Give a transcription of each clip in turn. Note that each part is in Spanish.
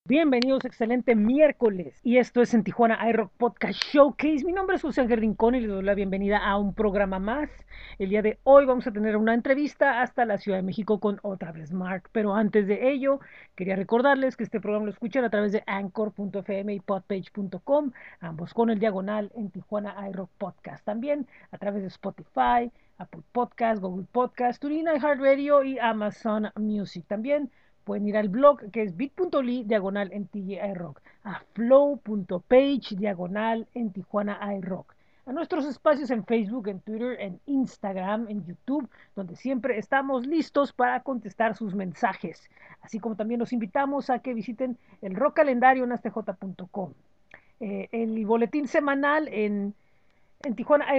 Bienvenidos, excelente miércoles. Y esto es en Tijuana iRock Podcast Showcase. Mi nombre es José Ángel Rincón y les doy la bienvenida a un programa más. El día de hoy vamos a tener una entrevista hasta la Ciudad de México con otra vez Mark. Pero antes de ello, quería recordarles que este programa lo escuchan a través de Anchor.fm y Podpage.com, ambos con el diagonal en Tijuana iRock Podcast. También a través de Spotify, Apple Podcast, Google Podcast, TuneIn, iHeartRadio y Amazon Music. También pueden ir al blog que es bit.ly diagonal en TGI Rock, a flow.page diagonal en Tijuana iRock, a nuestros espacios en Facebook, en Twitter, en Instagram, en YouTube, donde siempre estamos listos para contestar sus mensajes. Así como también los invitamos a que visiten el rock calendario en astj.com, el boletín semanal en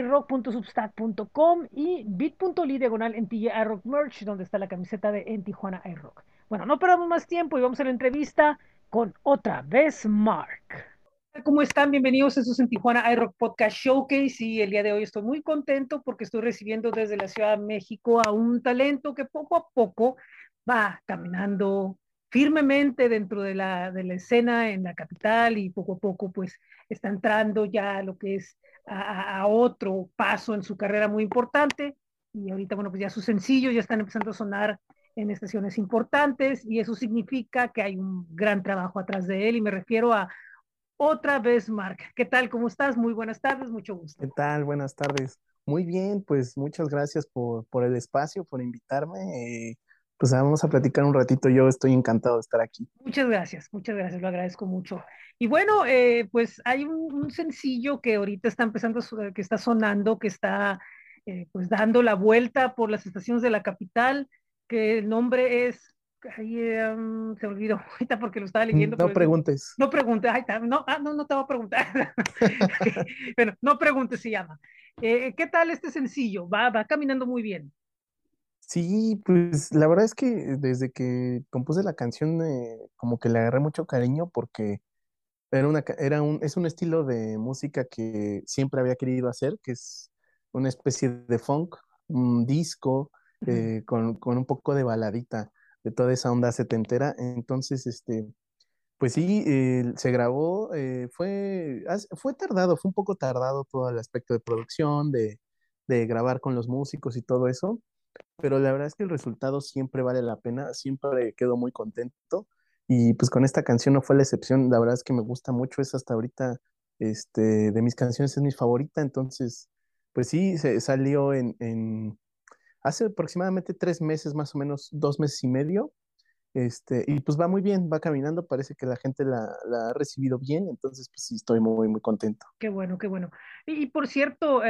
tijuanairock.substack.com y bit.ly diagonal en TJ Rock Merch, donde está la camiseta de En Tijuana iRock. Bueno, no perdamos más tiempo y vamos a la entrevista con otra vez Mark. ¿Cómo están? Bienvenidos a estos en Tijuana iRock Podcast Showcase y el día de hoy estoy muy contento porque estoy recibiendo desde la Ciudad de México a un talento que poco a poco va caminando firmemente dentro de la escena en la capital y poco a poco pues está entrando ya a lo que es a otro paso en su carrera muy importante y ahorita bueno pues ya sus sencillos ya están empezando a sonar en estaciones importantes y eso significa que hay un gran trabajo atrás de él y me refiero a otra vez, Mark. ¿Qué tal? ¿Cómo estás? Muy buenas tardes, mucho gusto. ¿Qué tal? Buenas tardes. Muy bien, pues muchas gracias por el espacio, por invitarme. Pues vamos a platicar un ratito. Yo estoy encantado de estar aquí. Muchas gracias, lo agradezco mucho. Y bueno, pues hay un sencillo que ahorita está empezando, que está sonando, que está pues dando la vuelta por las estaciones de la capital, que el nombre es, ahí, se olvidó ahorita porque lo estaba leyendo, pero No preguntes. no pregunte, ay, no, no te voy a preguntar. Bueno, no pregunte se llama. ¿Qué tal este sencillo? Va caminando muy bien. Sí, pues la verdad es que desde que compuse la canción, como que le agarré mucho cariño porque es un estilo de música que siempre había querido hacer, que es una especie de funk, un disco, con un poco de baladita, de toda esa onda setentera. Entonces, pues sí, se grabó, fue tardado, fue un poco tardado todo el aspecto de producción, de grabar con los músicos y todo eso, pero la verdad es que el resultado siempre vale la pena, siempre quedo muy contento y pues con esta canción no fue la excepción, la verdad es que me gusta mucho, es hasta ahorita, de mis canciones es mi favorita, entonces, pues sí, se salió hace aproximadamente 3 meses, más o menos 2 meses y medio. Y pues va muy bien, va caminando, parece que la gente la ha recibido bien, entonces pues sí, estoy muy, muy contento. Qué bueno, qué bueno. Y por cierto,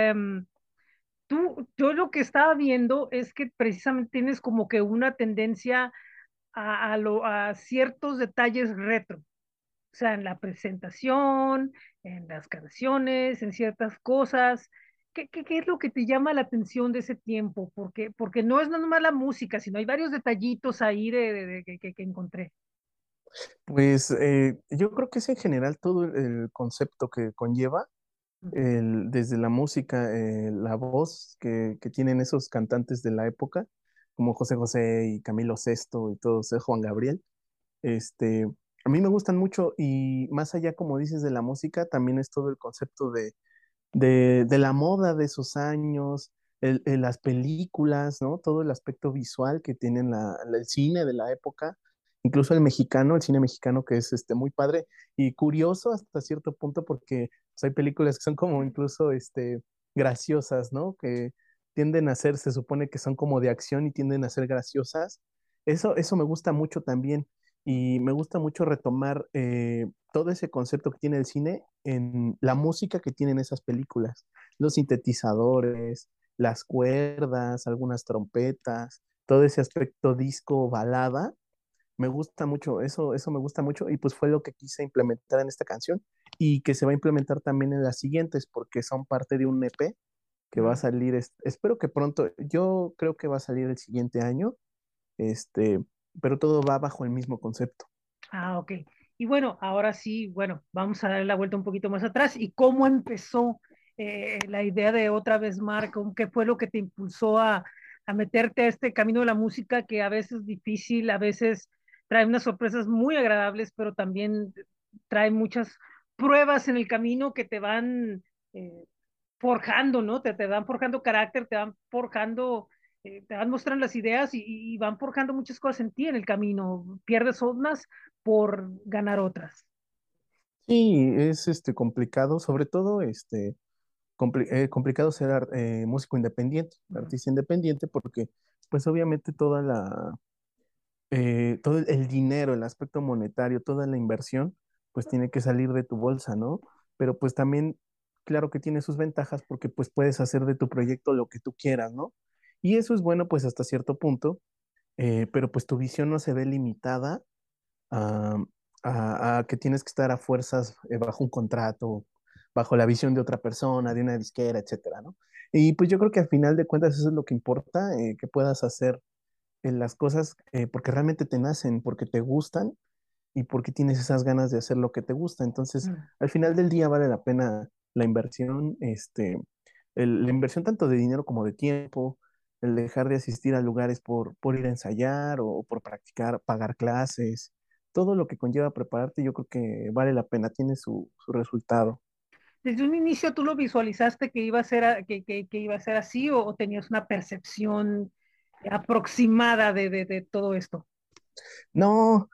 yo lo que estaba viendo es que precisamente tienes como que una tendencia a ciertos detalles retro, o sea, en la presentación, en las canciones, en ciertas cosas. ¿Qué es lo que te llama la atención de ese tiempo? Porque no es nada más la música, sino hay varios detallitos ahí que encontré. Pues yo creo que es en general todo el concepto que conlleva, desde la música, la voz que tienen esos cantantes de la época, como José José y Camilo Sesto y todos, Juan Gabriel. Este, a mí me gustan mucho y más allá, como dices, de la música, también es todo el concepto de la moda de esos años, las películas, ¿no? Todo el aspecto visual que tienen el cine de la época, incluso el cine mexicano que es muy padre y curioso hasta cierto punto porque pues, hay películas que son como incluso graciosas, ¿no? Que tienden a ser, se supone que son como de acción y tienden a ser graciosas. Eso me gusta mucho también y me gusta mucho retomar todo ese concepto que tiene el cine en la música que tienen esas películas, los sintetizadores, las cuerdas, algunas trompetas, todo ese aspecto disco balada, me gusta mucho, eso me gusta mucho y pues fue lo que quise implementar en esta canción y que se va a implementar también en las siguientes porque son parte de un EP que va a Mm. salir, espero que pronto, yo creo que va a salir el siguiente año, este, pero todo va bajo el mismo concepto. Ah, ok. Y bueno, ahora sí, bueno, vamos a darle la vuelta un poquito más atrás. ¿Y cómo empezó la idea de otra vez Marco? ¿Qué fue lo que te impulsó a meterte a este camino de la música que a veces es difícil, a veces trae unas sorpresas muy agradables, pero también trae muchas pruebas en el camino que te van eh, forjando, ¿no? Te van forjando carácter, te van forjando, te van mostrando las ideas y van forjando muchas cosas en ti en el camino. Pierdes unas por ganar otras. Sí, es complicado, sobre todo complicado ser músico independiente, Mm. artista independiente, porque pues obviamente todo el dinero, el aspecto monetario, toda la inversión, pues tiene que salir de tu bolsa, ¿no? Pero pues también, claro que tiene sus ventajas porque pues puedes hacer de tu proyecto lo que tú quieras, ¿no? Y eso es bueno pues hasta cierto punto, pero pues tu visión no se ve limitada a, a que tienes que estar a fuerzas bajo un contrato, bajo la visión de otra persona, de una disquera, etcétera, ¿no? Y pues yo creo que al final de cuentas eso es lo que importa, que puedas hacer las cosas porque realmente te nacen, porque te gustan y porque tienes esas ganas de hacer lo que te gusta. Entonces, Mm. al final del día vale la pena la inversión, la inversión tanto de dinero como de tiempo, el dejar de asistir a lugares por ir a ensayar o por practicar, pagar clases, todo lo que conlleva prepararte, yo creo que vale la pena, tiene su resultado. Desde un inicio tú lo visualizaste que iba a ser, que iba a ser así o tenías una percepción aproximada de todo esto. No,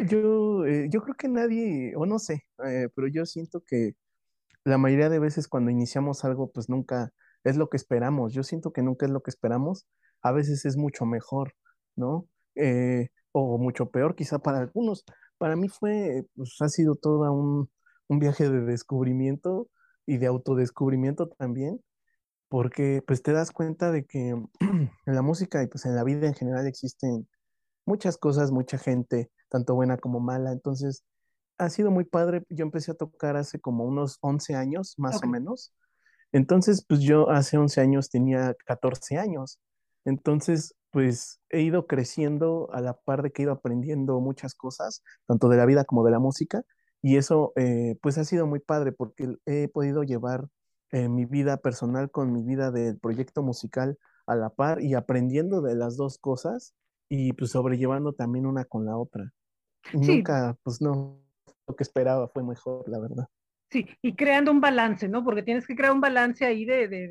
yo creo que nadie, o no sé, pero yo siento que la mayoría de veces cuando iniciamos algo, pues nunca es lo que esperamos. Yo siento que nunca es lo que esperamos. A veces es mucho mejor, ¿no? O mucho peor, quizá para algunos. Para mí pues ha sido todo un viaje de descubrimiento y de autodescubrimiento también, porque pues te das cuenta de que en la música y pues en la vida en general existen muchas cosas, mucha gente, tanto buena como mala. Entonces, ha sido muy padre. Yo empecé a tocar hace como unos 11 años, más Ok. o menos. Entonces, pues yo hace 11 años tenía 14 años. Entonces, pues he ido creciendo a la par de que he ido aprendiendo muchas cosas, tanto de la vida como de la música. Y eso, pues ha sido muy padre porque he podido llevar mi vida personal con mi vida del proyecto musical a la par y aprendiendo de las dos cosas y pues sobrellevando también una con la otra. Y Sí, nunca, pues no, lo que esperaba fue mejor, la verdad. sí, y creando un balance, ¿no? Porque tienes que crear un balance ahí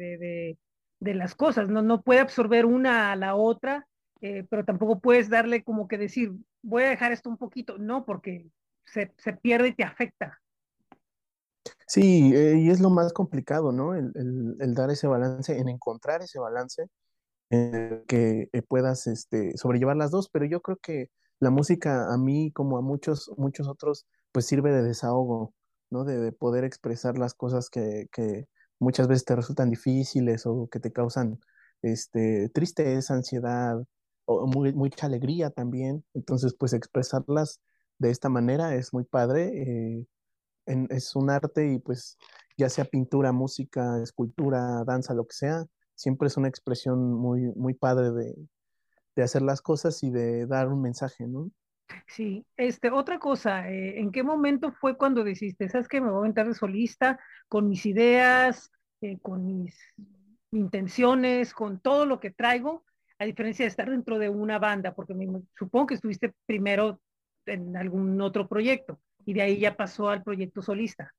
de las cosas, ¿no? No puede absorber una a la otra, pero tampoco puedes darle como que decir, voy a dejar esto un poquito, no, porque se pierde y te afecta. Sí, y es lo más complicado, ¿no? El dar ese balance, en encontrar ese balance que puedas sobrellevar las dos, pero yo creo que la música a mí, como a muchos otros, pues sirve de desahogo, ¿no? De poder expresar las cosas que muchas veces te resultan difíciles o que te causan tristeza, ansiedad o mucha alegría también. Entonces, pues expresarlas de esta manera es muy padre. Es un arte y pues ya sea pintura, música, escultura, danza, lo que sea, siempre es una expresión muy padre de hacer las cosas y de dar un mensaje, ¿no? Sí, otra cosa, ¿en qué momento fue cuando dijiste, sabes que me voy a aventar de solista con mis ideas, con mis intenciones, con todo lo que traigo, a diferencia de estar dentro de una banda, porque supongo que estuviste primero en algún otro proyecto y de ahí ya pasó al proyecto solista.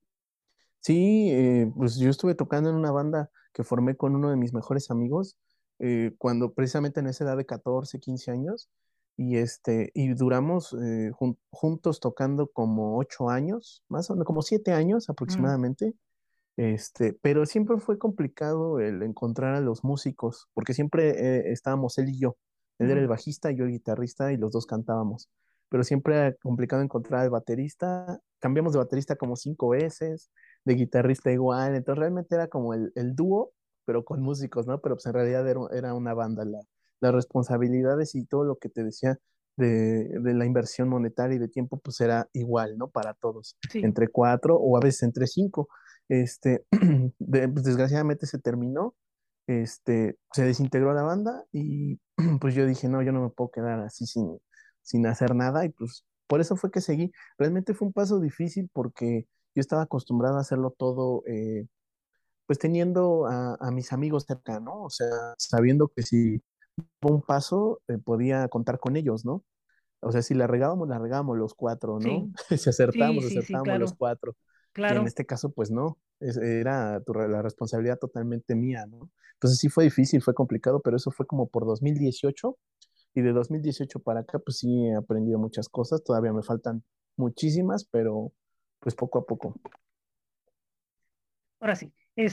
Sí, pues yo estuve tocando en una banda que formé con uno de mis mejores amigos, cuando precisamente en esa edad de 14 15 años, y duramos juntos tocando como 8 años, más o menos, como 7 años Mm. aproximadamente. Pero siempre fue complicado el encontrar a los músicos, porque siempre estábamos él y yo. Él era el Ujú. bajista, yo el guitarrista y los dos cantábamos. Pero siempre era complicado encontrar al baterista. Cambiamos de baterista como 5 veces, de guitarrista igual. Entonces realmente era como el dúo, pero con músicos, ¿no? Pero pues en realidad era una banda. Las responsabilidades y todo lo que te decía de la inversión monetaria y de tiempo, pues era igual, ¿no? Para todos, Sí, entre cuatro o a veces entre cinco. Pues, desgraciadamente se terminó, se desintegró la banda y pues yo dije, no, yo no me puedo quedar así sin hacer nada y pues por eso fue que seguí. Realmente fue un paso difícil porque yo estaba acostumbrado a hacerlo todo, pues teniendo a mis amigos cerca, ¿no? O sea, sabiendo que si daba un paso, podía contar con ellos, ¿no? O sea, si la regábamos los cuatro, ¿no? Sí, Si sí, acertábamos, sí, sí, acertábamos los claro, cuatro. Y en claro. este caso, pues no, era la responsabilidad totalmente mía, ¿no? Entonces sí fue difícil, fue complicado, pero eso fue como por 2018 y de 2018 para acá, pues sí he aprendido muchas cosas, todavía me faltan muchísimas, pero pues poco a poco. Ahora sí.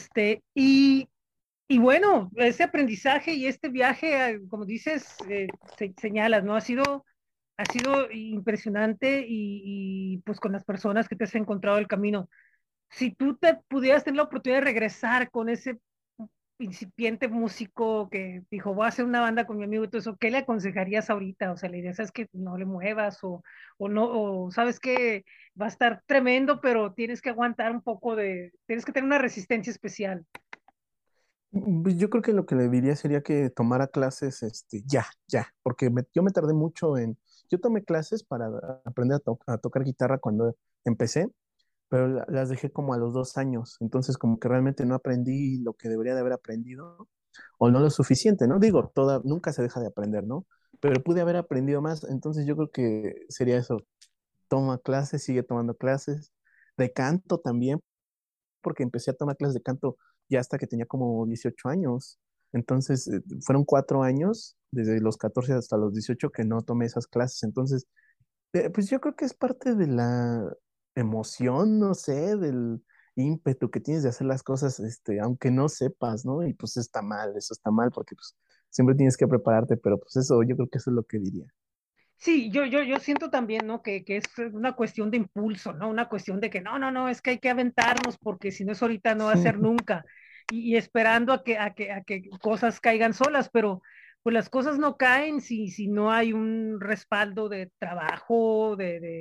Y bueno, ese aprendizaje y este viaje, como dices, señalas, ¿no? Ha sido impresionante pues con las personas que te has encontrado el camino. Si tú te pudieras tener la oportunidad de regresar con ese incipiente músico que dijo, voy a hacer una banda con mi amigo y todo eso, ¿qué le aconsejarías ahorita? O sea, la idea es que no le muevas o no, o sabes que va a estar tremendo, pero tienes que aguantar un poco tienes que tener una resistencia especial. Pues yo creo que lo que le diría sería que tomara clases, ya, porque yo me tardé mucho yo tomé clases para aprender a tocar guitarra cuando empecé, pero las dejé como a los 2 años, entonces como que realmente no aprendí lo que debería de haber aprendido, o no lo suficiente, ¿no? Digo, nunca se deja de aprender, ¿no? Pero pude haber aprendido más, entonces yo creo que sería eso, toma clases, sigue tomando clases, de canto también, porque empecé a tomar clases de canto ya hasta que tenía como 18 años. Entonces, fueron 4 años, desde los 14 hasta los 18 que no tomé esas clases. Entonces, pues yo creo que es parte de la emoción, no sé, del ímpetu que tienes de hacer las cosas, aunque no sepas, ¿no? Y pues está mal, eso está mal, porque pues siempre tienes que prepararte, pero pues eso, yo creo que eso es lo que diría. Sí, yo siento también, ¿no? Que es una cuestión de impulso, ¿no? Una cuestión de que no, es que hay que aventarnos porque si no es ahorita no va a ser nunca. Y esperando a que cosas caigan solas, pero pues las cosas no caen si no hay un respaldo de trabajo,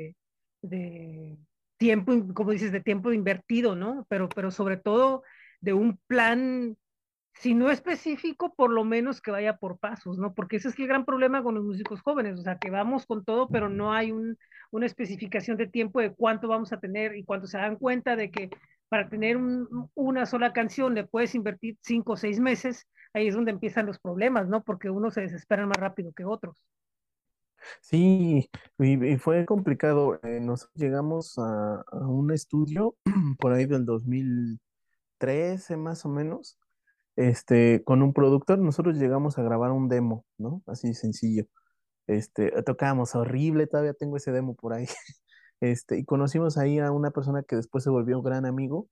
de tiempo, como dices, de tiempo invertido, ¿no? Pero sobre todo de un plan si no específico, por lo menos que vaya por pasos, ¿no? Porque ese es el gran problema con los músicos jóvenes, o sea, que vamos con todo, pero no hay una especificación de tiempo de cuánto vamos a tener y cuando se dan cuenta de que para tener una sola canción le puedes invertir 5 o 6 meses, ahí es donde empiezan los problemas, ¿no? Porque unos se desesperan más rápido que otros. Sí, y fue complicado. Nosotros llegamos a un estudio por ahí del 2013 más o menos, con un productor. Nosotros llegamos a grabar un demo, ¿no? Así sencillo. Tocábamos horrible, todavía tengo ese demo por ahí. Y conocimos ahí a una persona que después se volvió un gran amigo,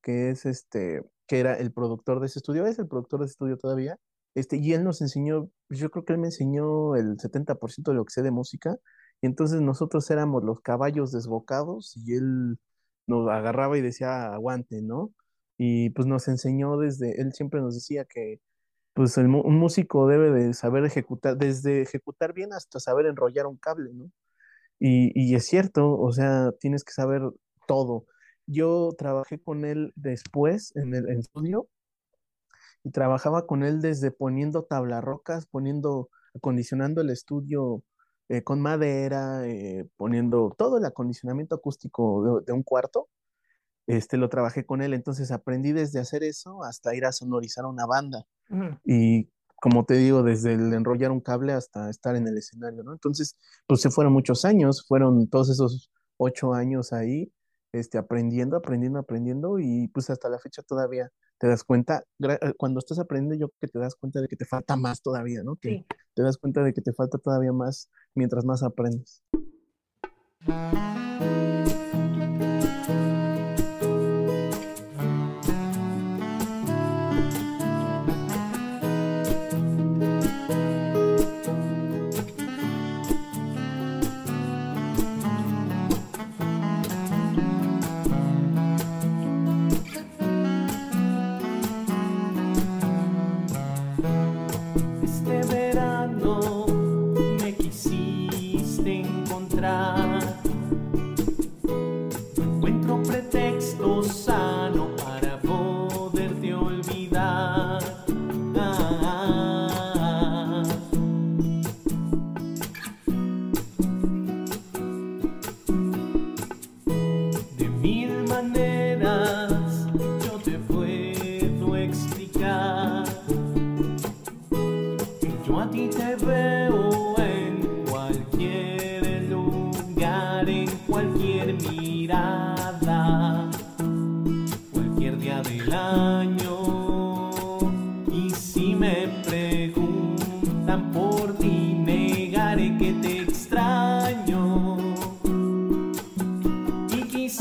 que era el productor de ese estudio, es el productor de ese estudio todavía, y él nos enseñó, yo creo que él me enseñó el 70% de lo que sé de música, y entonces nosotros éramos los caballos desbocados, y él nos agarraba y decía, aguante, ¿no? Y pues nos enseñó él siempre nos decía que pues un músico debe de saber ejecutar, desde ejecutar bien hasta saber enrollar un cable, ¿no? Y es cierto, o sea, tienes que saber todo. Yo trabajé con él después en el estudio y trabajaba con él desde poniendo tablarrocas, acondicionando el estudio con madera, poniendo todo el acondicionamiento acústico de un cuarto. Lo trabajé con él, entonces aprendí desde hacer eso hasta ir a sonorizar una banda. Ujú. Y como te digo, desde el enrollar un cable hasta estar en el escenario, ¿no? Entonces, pues se fueron muchos años, fueron todos esos 8 años ahí, aprendiendo, y pues hasta la fecha todavía te das cuenta, cuando estás aprendiendo, yo creo que te das cuenta de que te falta más todavía, ¿no? Sí. Te das cuenta de que te falta todavía más mientras más aprendes. Este verano me quisiste encontrar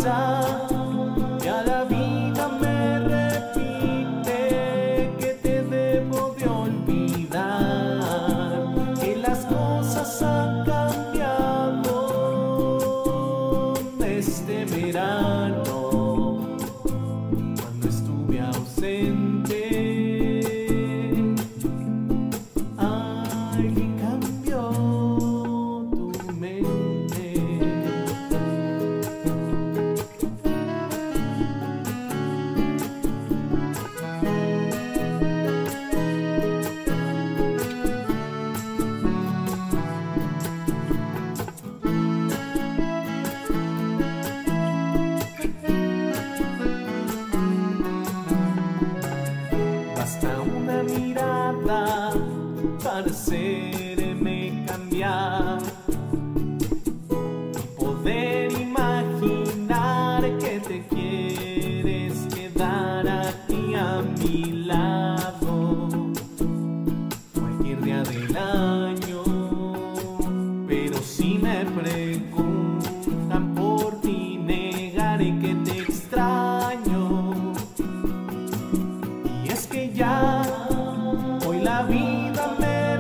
pasa y a la vida me repite que te debo de olvidar, que las cosas han cambiado este verano cuando estuve ausente. Alguien cambió tu mente. Basta una mirada para hacerme cambiar y poder imaginar que te quieres quedar aquí a mi lado cualquier día del año. Pero si me preguntan por ti, negaré que te extraño. Y es que ya hoy la vida me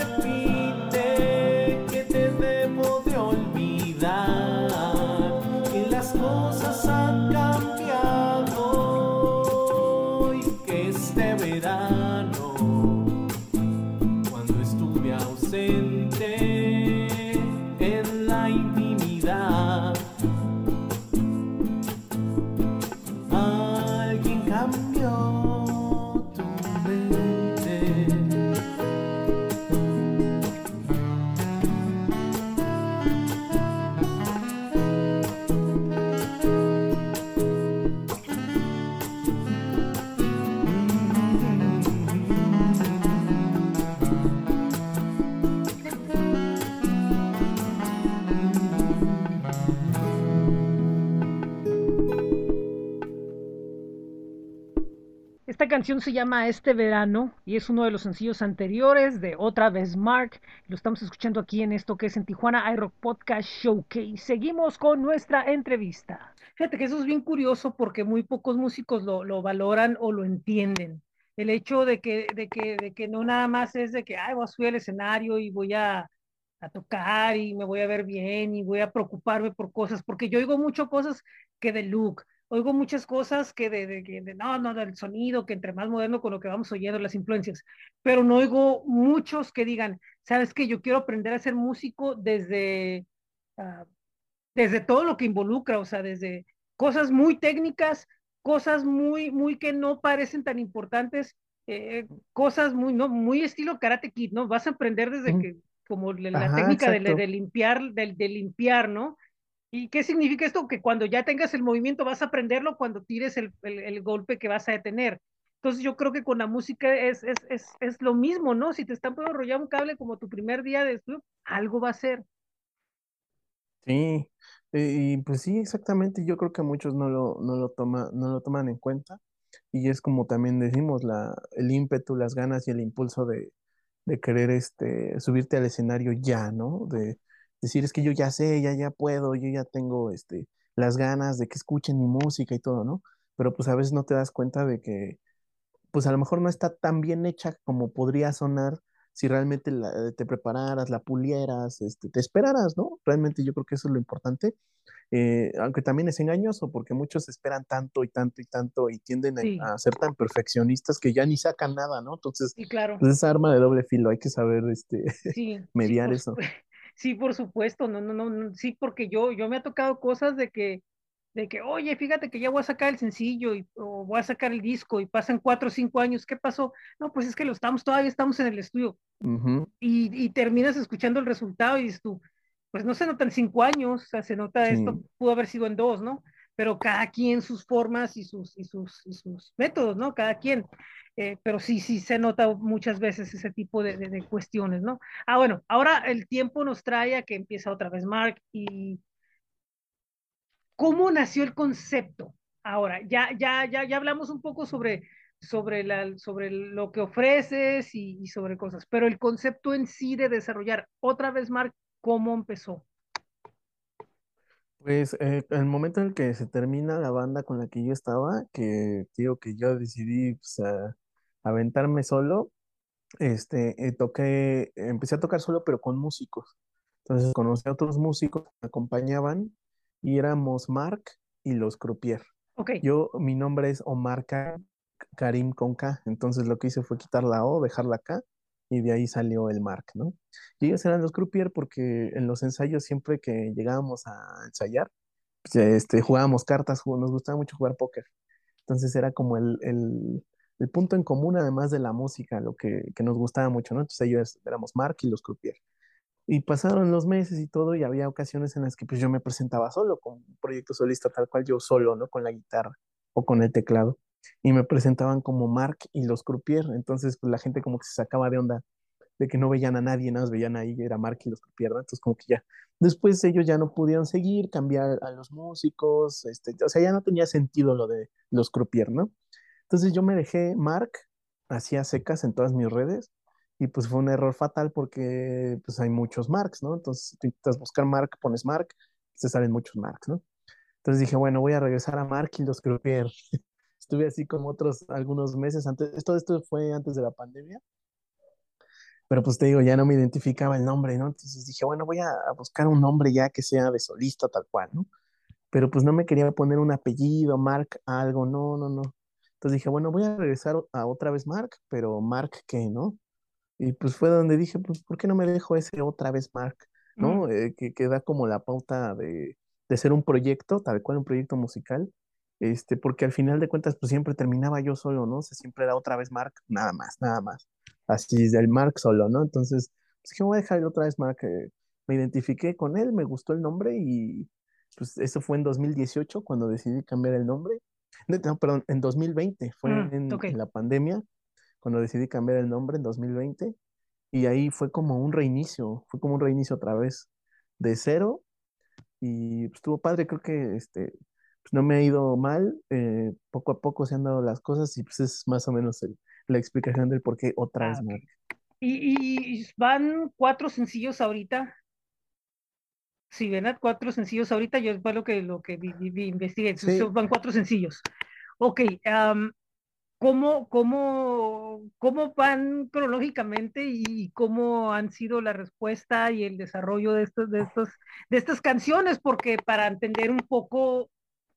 repite que te debo de olvidar, que las cosas han cambiado y que este verano, cuando estuve ausente en la intimidad, alguien cambió tu mente. Esta canción se llama Este Verano y es uno de los sencillos anteriores de Otra vez Mark. Lo estamos escuchando aquí en esto que es en Tijuana iRock Podcast Showcase. Seguimos con nuestra entrevista. Fíjate que eso es bien curioso porque muy pocos músicos lo valoran o lo entienden. El hecho de que no nada más es de que, ay, voy a subir al escenario y voy a tocar y me voy a ver bien y voy a preocuparme por cosas, porque yo oigo mucho cosas que de look, oigo muchas cosas que no, del sonido, que entre más moderno con lo que vamos oyendo, las influencias, pero no oigo muchos que digan, sabes que yo quiero aprender a ser músico uh, desde todo lo que involucra, o sea, desde cosas muy técnicas, cosas muy que no parecen tan importantes, cosas muy, ¿no? Muy estilo Karate Kid, ¿no? Vas a aprender desde Ujú. que, como la Ajá, técnica exacto. de limpiar, ¿no? ¿Y qué significa esto? Que cuando ya tengas el movimiento vas a aprenderlo cuando tires el golpe que vas a detener. Entonces yo creo que con la música es lo mismo, ¿no? Si te están por enrollar un cable como tu primer día de estudio, algo va a ser. Sí, y pues sí, exactamente. Yo creo que muchos no lo toman en cuenta. Y es como también decimos, el ímpetu, las ganas y el impulso de querer subirte al escenario ya, ¿no? De decir, es que yo ya sé, ya puedo, yo ya tengo las ganas de que escuchen mi música y todo, ¿no? Pero pues a veces no te das cuenta de que pues a lo mejor no está tan bien hecha como podría sonar si realmente te prepararas, la pulieras, te esperaras, ¿no? Realmente yo creo que eso es lo importante, aunque también es engañoso porque muchos esperan tanto y tanto y tanto y tienden Sí, a ser tan perfeccionistas que ya ni sacan nada, ¿no? Entonces, sí, claro. pues esa arma de doble filo, hay que saber Sí, sí, mediar eso. sí, por supuesto, no, sí, porque yo me ha tocado cosas oye, fíjate que ya voy a sacar el sencillo o voy a sacar el disco y pasan 4 o 5 años, ¿qué pasó? No, pues es que todavía estamos en el estudio Ujú, y terminas escuchando el resultado y dices tú, pues no se notan 5 años, o sea, se nota esto, sí, pudo haber sido en 2, ¿no? Pero cada quien sus formas y sus métodos, ¿no? Cada quien. Pero sí se nota muchas veces ese tipo de cuestiones, ¿no? Ah, bueno, ahora el tiempo nos trae a que empieza otra vez Mark y cómo nació el concepto. Ahora, ya hablamos un poco sobre lo que ofreces y sobre cosas, pero el concepto en sí de desarrollar otra vez, Mark, ¿cómo empezó? Pues el momento en el que se termina la banda con la que yo estaba, que digo que yo decidí pues, aventarme solo, empecé a tocar solo, pero con músicos. Entonces conocí a otros músicos que me acompañaban y éramos Mark y los Croupier. Ok, Mi nombre es Omar Karim con K, entonces lo que hice fue quitar la O, dejar la K y de ahí salió el Mark, ¿no? Y ellos eran los Croupier porque en los ensayos siempre que llegábamos a ensayar, pues, jugábamos cartas, nos gustaba mucho jugar póker. Entonces era como el punto en común, además de la música, lo que nos gustaba mucho, ¿no? Entonces ellos éramos Mark y los Croupier. Y pasaron los meses y todo, y había ocasiones en las que pues yo me presentaba solo, con un proyecto solista tal cual yo solo, ¿no? Con la guitarra o con el teclado. Y me presentaban como Mark y los Croupier. Entonces, pues la gente como que se sacaba de onda de que no veían a nadie, nada más veían ahí, era Mark y los Croupier, ¿no? Entonces, como que ya. Después ellos ya no pudieron seguir, cambiar a los músicos, o sea, ya no tenía sentido lo de los Croupier, ¿no? Entonces yo me dejé Mark, hacía secas en todas mis redes, y pues fue un error fatal porque pues hay muchos Marks, ¿no? Entonces, si tú intentas buscar Mark, pones Mark, te salen muchos Marks, ¿no? Entonces dije, bueno, voy a regresar a Mark y los Croupier. Estuve así como algunos meses antes, todo esto fue antes de la pandemia, pero pues te digo, ya no me identificaba el nombre, ¿no? Entonces dije, bueno, voy a buscar un nombre ya que sea de solista tal cual, ¿no? Pero pues no me quería poner un apellido, Mark, algo, no, no, no. Entonces dije, bueno, voy a regresar a otra vez Mark, pero Mark qué, ¿no? Y pues fue donde dije, pues, ¿por qué no me dejo ese otra vez Mark? mm, ¿No? Que da como la pauta de ser un proyecto, tal cual un proyecto musical, porque al final de cuentas, pues siempre terminaba yo solo, ¿no? O sea, siempre era otra vez Mark, nada más, nada más. Así es, el Mark solo, ¿no? Entonces, pues dije, voy a dejar otra vez Mark. Me identifiqué con él, me gustó el nombre y pues eso fue en 2018 cuando decidí cambiar el nombre. No, perdón, en 2020, fue ok. en la pandemia cuando decidí cambiar el nombre en 2020 y ahí fue como un reinicio otra vez de cero y pues, estuvo padre, creo que pues, no me ha ido mal, poco a poco se han dado las cosas y pues es más o menos la explicación del por qué otra Ah, vez ok. Mark. Y van cuatro sencillos ahorita. Sí, ¿verdad? Cuatro sencillos ahorita, yo fue lo que investigué. Sí, Entonces, van cuatro sencillos. Ok, ¿cómo van cronológicamente y cómo han sido la respuesta y el desarrollo de estas canciones? Porque para entender un poco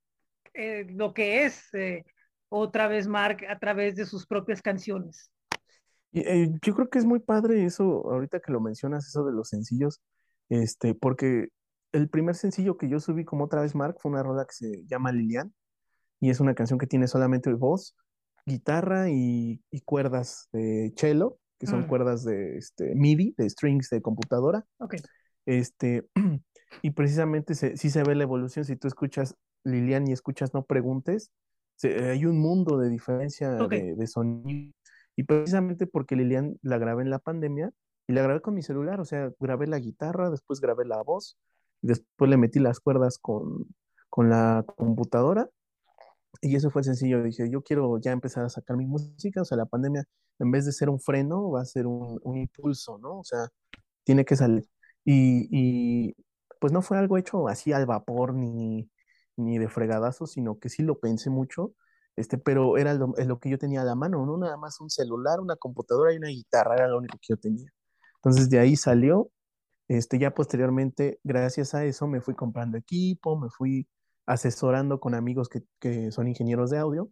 lo que es otra vez Mark a través de sus propias canciones. yo creo que es muy padre eso, ahorita que lo mencionas, eso de los sencillos, porque el primer sencillo que yo subí como otra vez Mark fue una rola que se llama Lilian y es una canción que tiene solamente voz, guitarra y cuerdas de cello, que son Mm, cuerdas de MIDI, de strings de computadora. ok, Este, y precisamente sí se ve la evolución. Si tú escuchas Lilian y escuchas No Preguntes, hay un mundo de diferencia ok. de sonido. Y precisamente porque Lilian la grabé en la pandemia y la grabé con mi celular, o sea, grabé la guitarra, después grabé la voz, y después le metí las cuerdas con la computadora y eso fue sencillo. Dije, yo quiero ya empezar a sacar mi música. O sea, la pandemia, en vez de ser un freno, va a ser un impulso, ¿no? O sea, tiene que salir. Y pues no fue algo hecho así al vapor ni de fregadazo, sino que sí lo pensé mucho. Pero era lo que yo tenía a la mano, ¿no? Nada más un celular, una computadora y una guitarra, era lo único que yo tenía. Entonces de ahí salió. Ya posteriormente, gracias a eso, me fui comprando equipo, me fui asesorando con amigos que son ingenieros de audio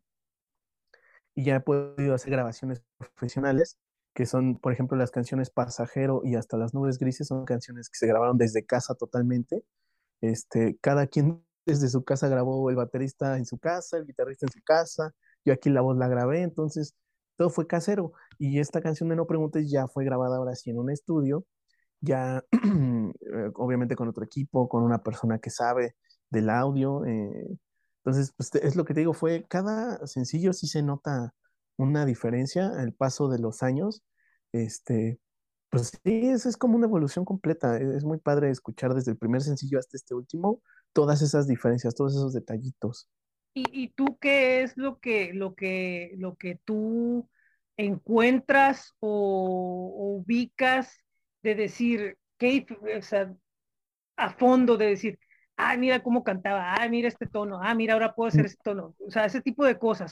y ya he podido hacer grabaciones profesionales, que son, por ejemplo, las canciones Pasajero y Hasta las nubes grises, son canciones que se grabaron desde casa totalmente. Cada quien desde su casa grabó, el baterista en su casa, el guitarrista en su casa, yo aquí la voz la grabé, entonces todo fue casero. Y esta canción de No Preguntes ya fue grabada ahora sí en un estudio ya obviamente con otro equipo, con una persona que sabe del audio. Entonces, pues es lo que te digo, fue cada sencillo sí se nota una diferencia, el paso de los años. Este, pues sí, es como una evolución completa. Es muy padre escuchar desde el primer sencillo hasta este último todas esas diferencias, todos esos detallitos. ¿Y tú qué es lo que tú encuentras o ubicas de decir, o sea, a fondo de decir? ay, mira cómo cantaba, ay, mira este tono, ah, mira, ahora puedo hacer este tono. O sea, ese tipo de cosas,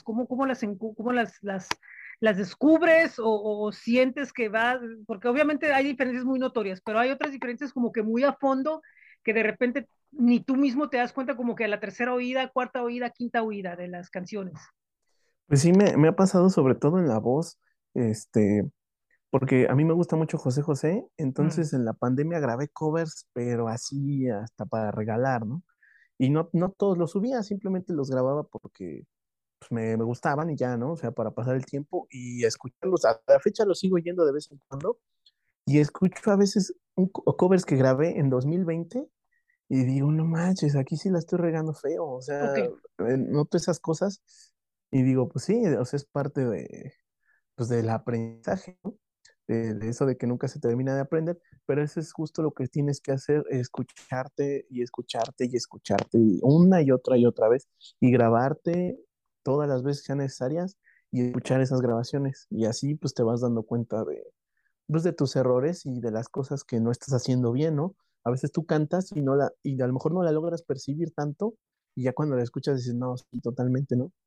¿cómo las descubres o sientes que va? Porque obviamente hay diferencias muy notorias, pero hay otras diferencias como que muy a fondo que de repente ni tú mismo te das cuenta como que a la tercera oída, cuarta oída, quinta oída de las canciones. Pues sí, me ha pasado sobre todo en la voz, este, porque a mí me gusta mucho José José, Mm, entonces en la pandemia grabé covers, pero así hasta para regalar, ¿no? Y no todos los subía, simplemente los grababa porque pues, me gustaban y ya, ¿no? O sea, para pasar el tiempo y escucharlos. A la fecha los sigo yendo de vez en cuando y escucho a veces covers que grabé en 2020 y digo, no manches, aquí sí la estoy regando feo. O ok, sea, noto esas cosas y digo, pues sí, o sea, es parte pues, del aprendizaje, ¿no? De eso de que nunca se termina de aprender, pero eso es justo lo que tienes que hacer, escucharte y escucharte y escucharte una y otra vez y grabarte todas las veces que sean necesarias y escuchar esas grabaciones y así pues te vas dando cuenta pues, de tus errores y de las cosas que no estás haciendo bien, ¿no? A veces tú cantas y a lo mejor no la logras percibir tanto y ya cuando la escuchas dices, no, sí, totalmente, ¿no?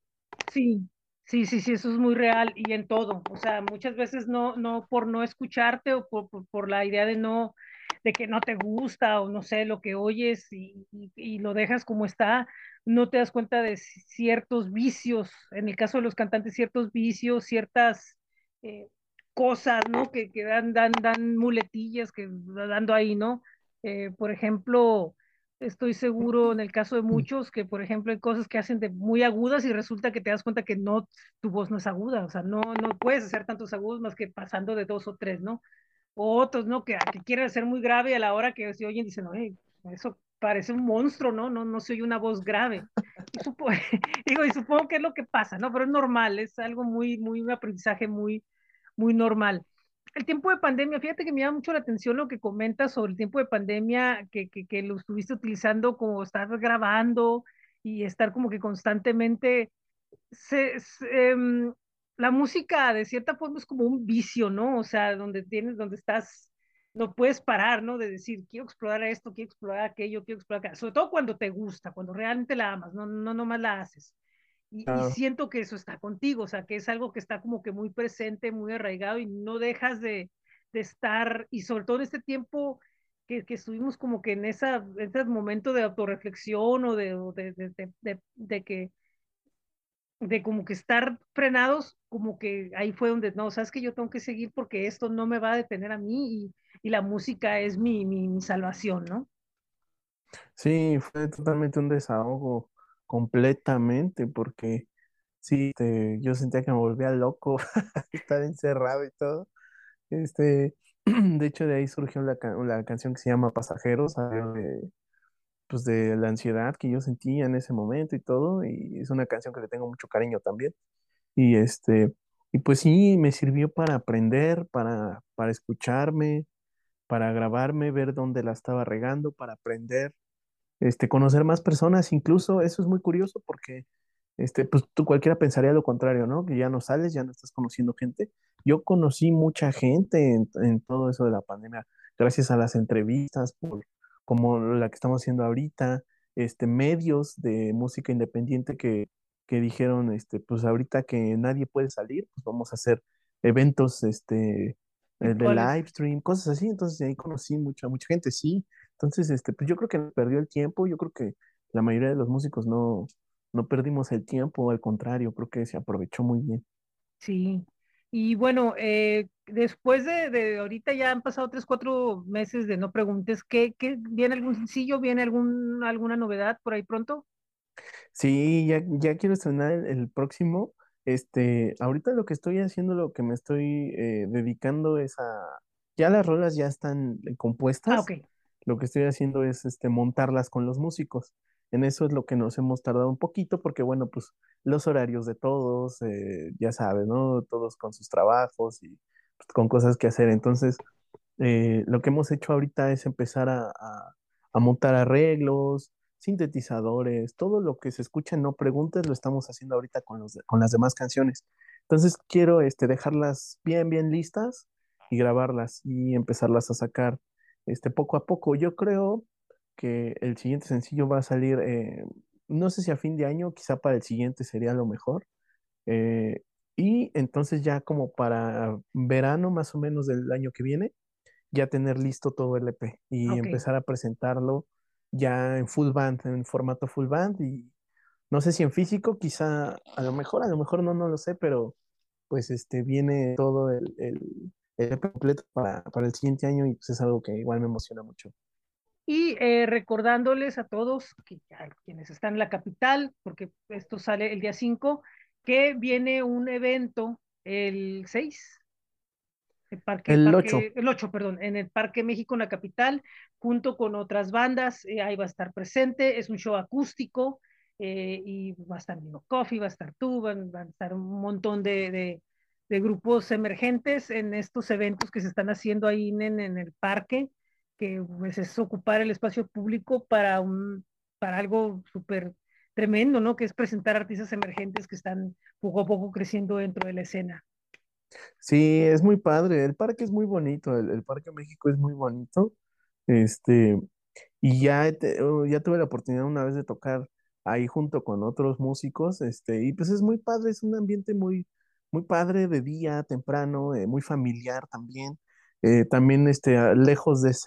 sí, sí, sí, sí, eso es muy real y en todo. O sea, muchas veces no por no escucharte o por la idea de que no te gusta o no sé lo que oyes y lo dejas como está, no te das cuenta de ciertos vicios, en el caso de los cantantes, ciertos vicios, ciertas eh, cosas, ¿no? Que dan muletillas que va dando ahí, ¿no? Por ejemplo, estoy seguro en el caso de muchos que, por ejemplo, hay cosas que hacen de muy agudas y resulta que te das cuenta que no, tu voz no es aguda, o sea, no puedes hacer tantos agudos más que pasando de dos o tres, ¿no? O otros, ¿no? Que quieren ser muy grave y a la hora que se oyen dicen, oye, eso parece un monstruo, ¿no? No se oye una voz grave. Y digo, y supongo que es lo que pasa, ¿no? Pero es normal, es algo un aprendizaje muy normal. El tiempo de pandemia, fíjate que me llama mucho la atención lo que comentas sobre el tiempo de pandemia, que lo estuviste utilizando como estar grabando y estar como que constantemente la música de cierta forma es como un vicio, ¿no? O sea, donde estás, no puedes parar, ¿no? De decir, quiero explorar esto, quiero explorar aquello, quiero explorar aquello. Sobre todo cuando te gusta, cuando realmente la amas, no nomás la haces. Y Claro. siento que eso está contigo, o sea, que es algo que está como que muy presente, muy arraigado y no dejas de estar, y sobre todo en este tiempo que estuvimos como que en ese momento de autorreflexión o de que de como que estar frenados, como que ahí fue donde, no, sabes que yo tengo que seguir porque esto no me va a detener a mí y la música es mi salvación, ¿no? Sí, fue totalmente un desahogo, completamente, porque sí, yo sentía que me volvía loco estar encerrado y todo. De hecho, de ahí surgió la canción que se llama Pasajeros, salió pues de la ansiedad que yo sentía en ese momento y todo, y es una canción que le tengo mucho cariño también. Y y pues sí, me sirvió para aprender, para escucharme, para grabarme, ver dónde la estaba regando, para aprender conocer más personas, incluso eso es muy curioso porque, pues tú cualquiera pensaría lo contrario, ¿no? Que ya no sales, ya no estás conociendo gente. Yo conocí mucha gente en todo eso de la pandemia, gracias a las entrevistas, como la que estamos haciendo ahorita, medios de música independiente que dijeron, pues ahorita que nadie puede salir, pues vamos a hacer eventos, de Virtuales. live stream, cosas así. Entonces ahí conocí mucha gente, sí. Entonces, pues yo creo que no perdió el tiempo, yo creo que la mayoría de los músicos no perdimos el tiempo, al contrario, creo que se aprovechó muy bien. Sí. Y bueno, después de ahorita ya han pasado 3, 4 meses de no preguntes, viene algún sencillo, viene alguna novedad por ahí pronto? Sí, ya quiero estrenar el próximo. Ahorita lo que estoy haciendo, lo que me estoy dedicando es ya las rolas ya están Ah, compuestas. ok. Lo que estoy haciendo es montarlas con los músicos. En eso es lo que nos hemos tardado un poquito, porque bueno, pues los horarios de todos, ya sabes, ¿no? Todos con sus trabajos y pues, con cosas que hacer. Entonces, lo que hemos hecho ahorita es empezar a montar arreglos, sintetizadores, todo lo que se escucha en No Preguntes lo estamos haciendo ahorita con las demás canciones. Entonces quiero dejarlas bien listas y grabarlas y empezarlas a sacar poco a poco. Yo creo que el siguiente sencillo va a salir, no sé si a fin de año, quizá para el siguiente sería lo mejor. eh, y entonces ya como para verano más o menos del año que viene, ya tener listo todo el EP y Ok. empezar a presentarlo ya en full band, en formato full band y no sé si en físico, quizá a lo mejor no, no lo sé, pero pues viene todo el EP completo para el siguiente año y pues es algo que igual me emociona mucho. Y recordándoles a todos, a quienes están en la capital, porque esto sale el día 5, que viene un evento el 6, El 8. el 8, perdón, en el Parque México, en la capital, junto con otras bandas, ahí va a estar presente, es un show acústico, y va a estar Nino Coffee, va a estar tú, van a estar un montón de grupos emergentes en estos eventos que se están haciendo ahí en el parque, que pues, es ocupar el espacio público para algo súper tremendo, ¿no? Que es presentar artistas emergentes que están poco a poco creciendo dentro de la escena. Sí, es muy padre, el parque es muy bonito, el Parque México es muy bonito. Este, y ya tuve la oportunidad una vez de tocar ahí junto con otros músicos, y pues es muy padre, es un ambiente muy, muy padre de día, temprano, muy familiar también. También lejos de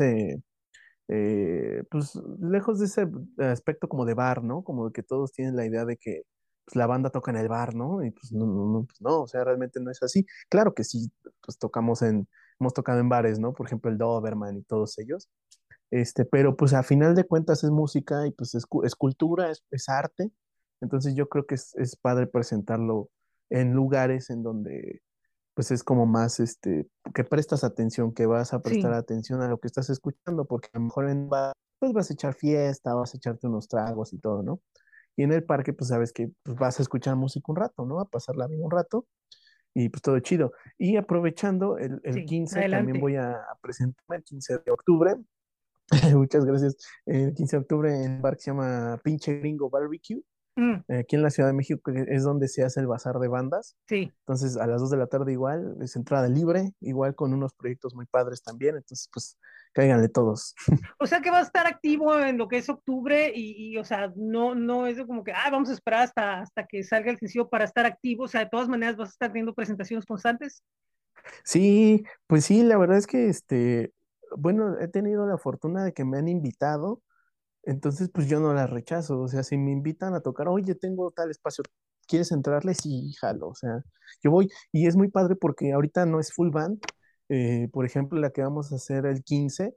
pues lejos de ese aspecto como de bar, ¿no? Como de que todos tienen la idea de que pues, la banda toca en el bar, ¿no? Y pues no, no, no, pues, no, o sea, realmente no es así. Claro que sí, pues hemos tocado en bares, ¿no? Por ejemplo, el Doberman y todos ellos. Pero pues a final de cuentas es música y pues es cultura, es arte. Entonces yo creo que es padre presentarlo en lugares en donde pues es como más, que prestas atención, que vas a prestar Sí. atención a lo que estás escuchando, porque a lo mejor pues vas a echar fiesta, vas a echarte unos tragos y todo, ¿no? Y en el parque, pues sabes que pues, vas a escuchar música un rato, ¿no? A pasarla bien un rato y pues todo chido. Y aprovechando el Sí, 15 también adelante. voy a presentarme el 15 de octubre. Muchas gracias. El 15 de octubre en un bar que se llama Pinche Gringo Barbecue, Mm, aquí en la Ciudad de México, que es donde se hace el bazar de bandas. sí. Entonces, a las 2 de la tarde igual, es entrada libre, igual con unos proyectos muy padres también. Entonces, pues, cáiganle todos. O sea que va a estar activo en lo que es octubre o sea, no es de como que, vamos a esperar hasta que salga el sencillo para estar activo. O sea, de todas maneras vas a estar teniendo presentaciones constantes. Sí, pues sí, la verdad es que, bueno, he tenido la fortuna de que me han invitado. Entonces, pues yo no las rechazo. O sea, si me invitan a tocar, oye, tengo tal espacio, ¿quieres entrarle? Sí, jalo. O sea, yo voy. Y es muy padre porque ahorita no es full band. Por ejemplo, la que vamos a hacer el 15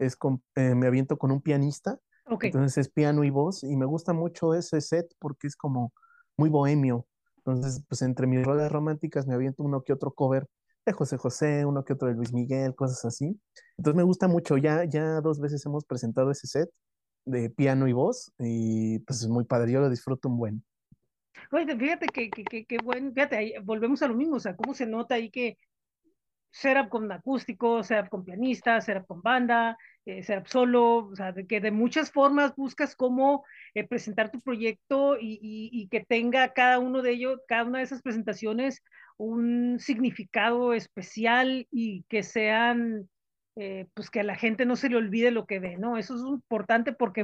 me aviento con un pianista. Ok. Entonces es piano y voz. Y me gusta mucho ese set porque es como muy bohemio. Entonces, pues entre mis rolas románticas me aviento uno que otro cover de José José, uno que otro de Luis Miguel, cosas así. Entonces me gusta mucho. Ya 2 veces hemos presentado ese set de piano y voz y pues es muy padre, yo lo disfruto un buen. Oye, fíjate que bueno, fíjate, ahí volvemos a lo mismo. O sea, cómo se nota ahí que setup con acústico, setup con pianista, setup con banda, setup solo, o sea, de que de muchas formas buscas cómo presentar tu proyecto y que tenga cada uno de ellos, cada una de esas presentaciones un significado especial y que sean, pues que a la gente no se le olvide lo que ve, ¿no? Eso es importante porque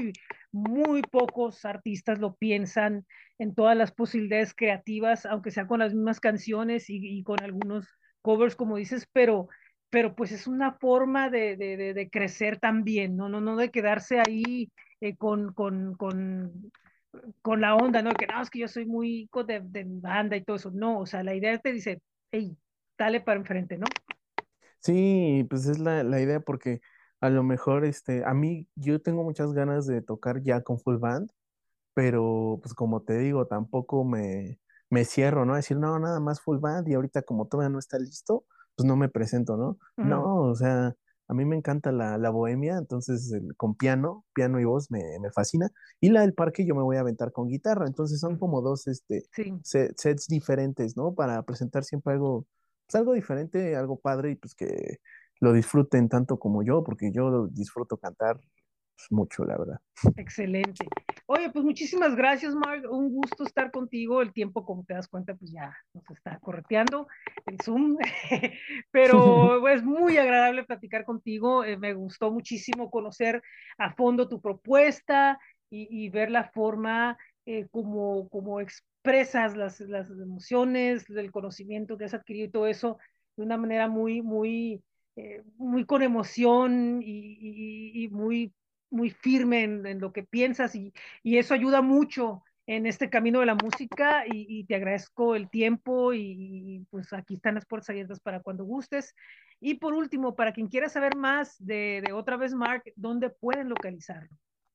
muy pocos artistas lo piensan en todas las posibilidades creativas, aunque sea con las mismas canciones y con algunos covers, como dices, pero pues es una forma de crecer también, no de quedarse ahí con la onda, ¿no? Que no, es que yo soy muy de banda y todo eso. No, o sea, la idea te dice, hey, dale para enfrente, ¿no? Sí, pues es la idea porque a lo mejor a mí yo tengo muchas ganas de tocar ya con full band, pero pues como te digo, tampoco me cierro, ¿no? A decir, no, nada más full band y ahorita como todavía no está listo, pues no me presento, ¿no? Ujú, No, o sea, a mí me encanta la bohemia, entonces con piano y voz me fascina. Y la del parque yo me voy a aventar con guitarra, entonces son ujú. como dos Sí. sets diferentes, ¿no? Para presentar siempre algo, pues algo diferente, algo padre y pues que lo disfruten tanto como yo, porque yo lo disfruto cantar pues, mucho, la verdad. Excelente. Oye, pues muchísimas gracias, Mark. Un gusto estar contigo. El tiempo, como te das cuenta, pues ya nos está correteando el Zoom. Pero es muy agradable platicar contigo. Me gustó muchísimo conocer a fondo tu propuesta y ver la forma como expresas las emociones, el conocimiento que has adquirido y todo eso de una manera muy con emoción y muy firme en lo que piensas y eso ayuda mucho en este camino de la música y te agradezco el tiempo pues aquí están las puertas abiertas para cuando gustes. Y por último, para quien quiera saber más de otra vez Mark, ¿dónde pueden localizarlo?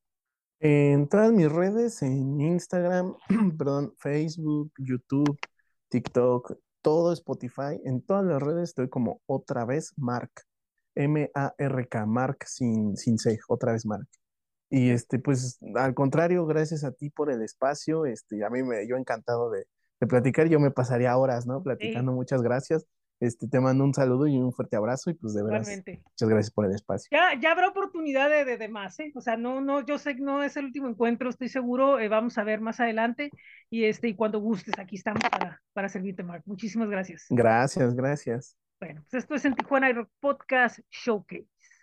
En todas mis redes, en Instagram, perdón, Facebook, YouTube, TikTok, todo Spotify, en todas las redes estoy como otra vez Mark, M-A-R-K, Mark sin C, otra vez Mark. Y pues al contrario, gracias a ti por el espacio, yo encantado de platicar, yo me pasaría horas, ¿no? Sí, Platicando, muchas gracias. Te mando un saludo y un fuerte abrazo y pues de veras, igualmente. muchas gracias por el espacio. Ya habrá oportunidad de más, ¿eh? O sea, no, yo sé que no es el último encuentro, estoy seguro, vamos a ver más adelante y cuando gustes, aquí estamos para servirte, Mark. Muchísimas gracias. Gracias, gracias. Bueno, pues esto es en Tijuana Rock Podcast Showcase.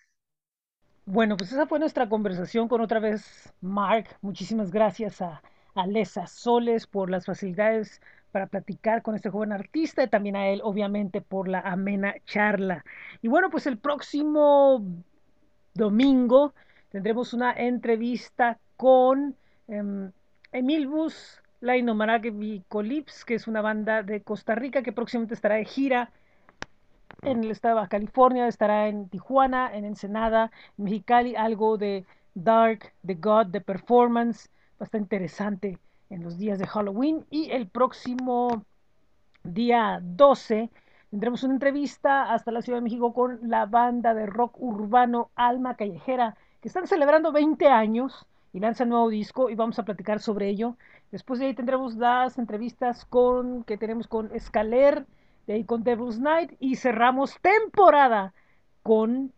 Bueno, pues esa fue nuestra conversación con otra vez Mark. Muchísimas gracias a Lesa Soles por las facilidades para platicar con este joven artista y también a él, obviamente, por la amena charla. Y bueno, pues el próximo domingo tendremos una entrevista con Emil Bus, La Innombrable Colips, que es una banda de Costa Rica que próximamente estará de gira en el estado de Baja California, estará en Tijuana, en Ensenada, en Mexicali, algo de Dark, de God, de Performance, bastante interesante en los días de Halloween. Y el próximo día 12 tendremos una entrevista hasta la Ciudad de México con la banda de rock urbano Alma Callejera, que están celebrando 20 años y lanzan nuevo disco y vamos a platicar sobre ello. Después de ahí tendremos las entrevistas que tenemos con Escaler, de ahí con Devil's Night y cerramos temporada con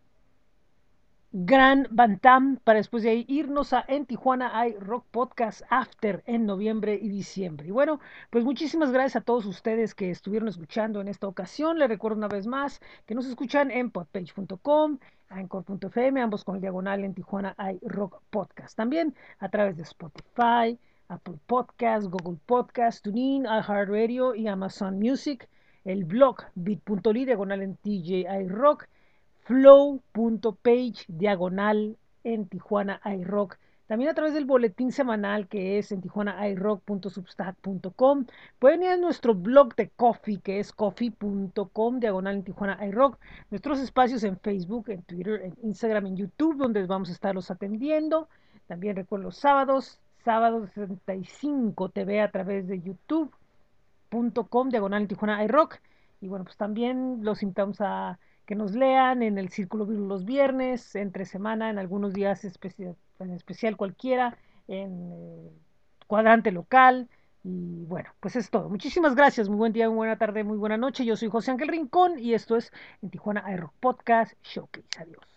Gran Bantam para después de ahí irnos a En Tijuana hay Rock Podcast After en noviembre y diciembre. Y bueno, pues muchísimas gracias a todos ustedes que estuvieron escuchando en esta ocasión. Les recuerdo una vez más que nos escuchan en podpage.com, anchor.fm, ambos con el diagonal En Tijuana hay Rock Podcast. También a través de Spotify, Apple Podcast, Google Podcast, TuneIn, iHeartRadio y Amazon Music. El blog bit.ly diagonal en TJI Rock, flow.page diagonal en Tijuana iRock. También a través del boletín semanal que es en tijuanairock.substack.com. Pueden ir a nuestro blog de Coffee que es coffee.com diagonal en Tijuana iRock. Nuestros espacios en Facebook, en Twitter, en Instagram, en YouTube, donde vamos a estarlos atendiendo. También recuerdo los sábados, sábados 65 TV a través de youtube.com diagonal en Tijuana iRock. Y bueno, pues también los invitamos a que nos lean en el Círculo Vivo los viernes, entre semana, en algunos días en especial cualquiera, en cuadrante local. Y bueno, pues es todo. Muchísimas gracias. Muy buen día, muy buena tarde, muy buena noche. Yo soy José Ángel Rincón y esto es en Tijuana iRock Podcast Showcase. Adiós.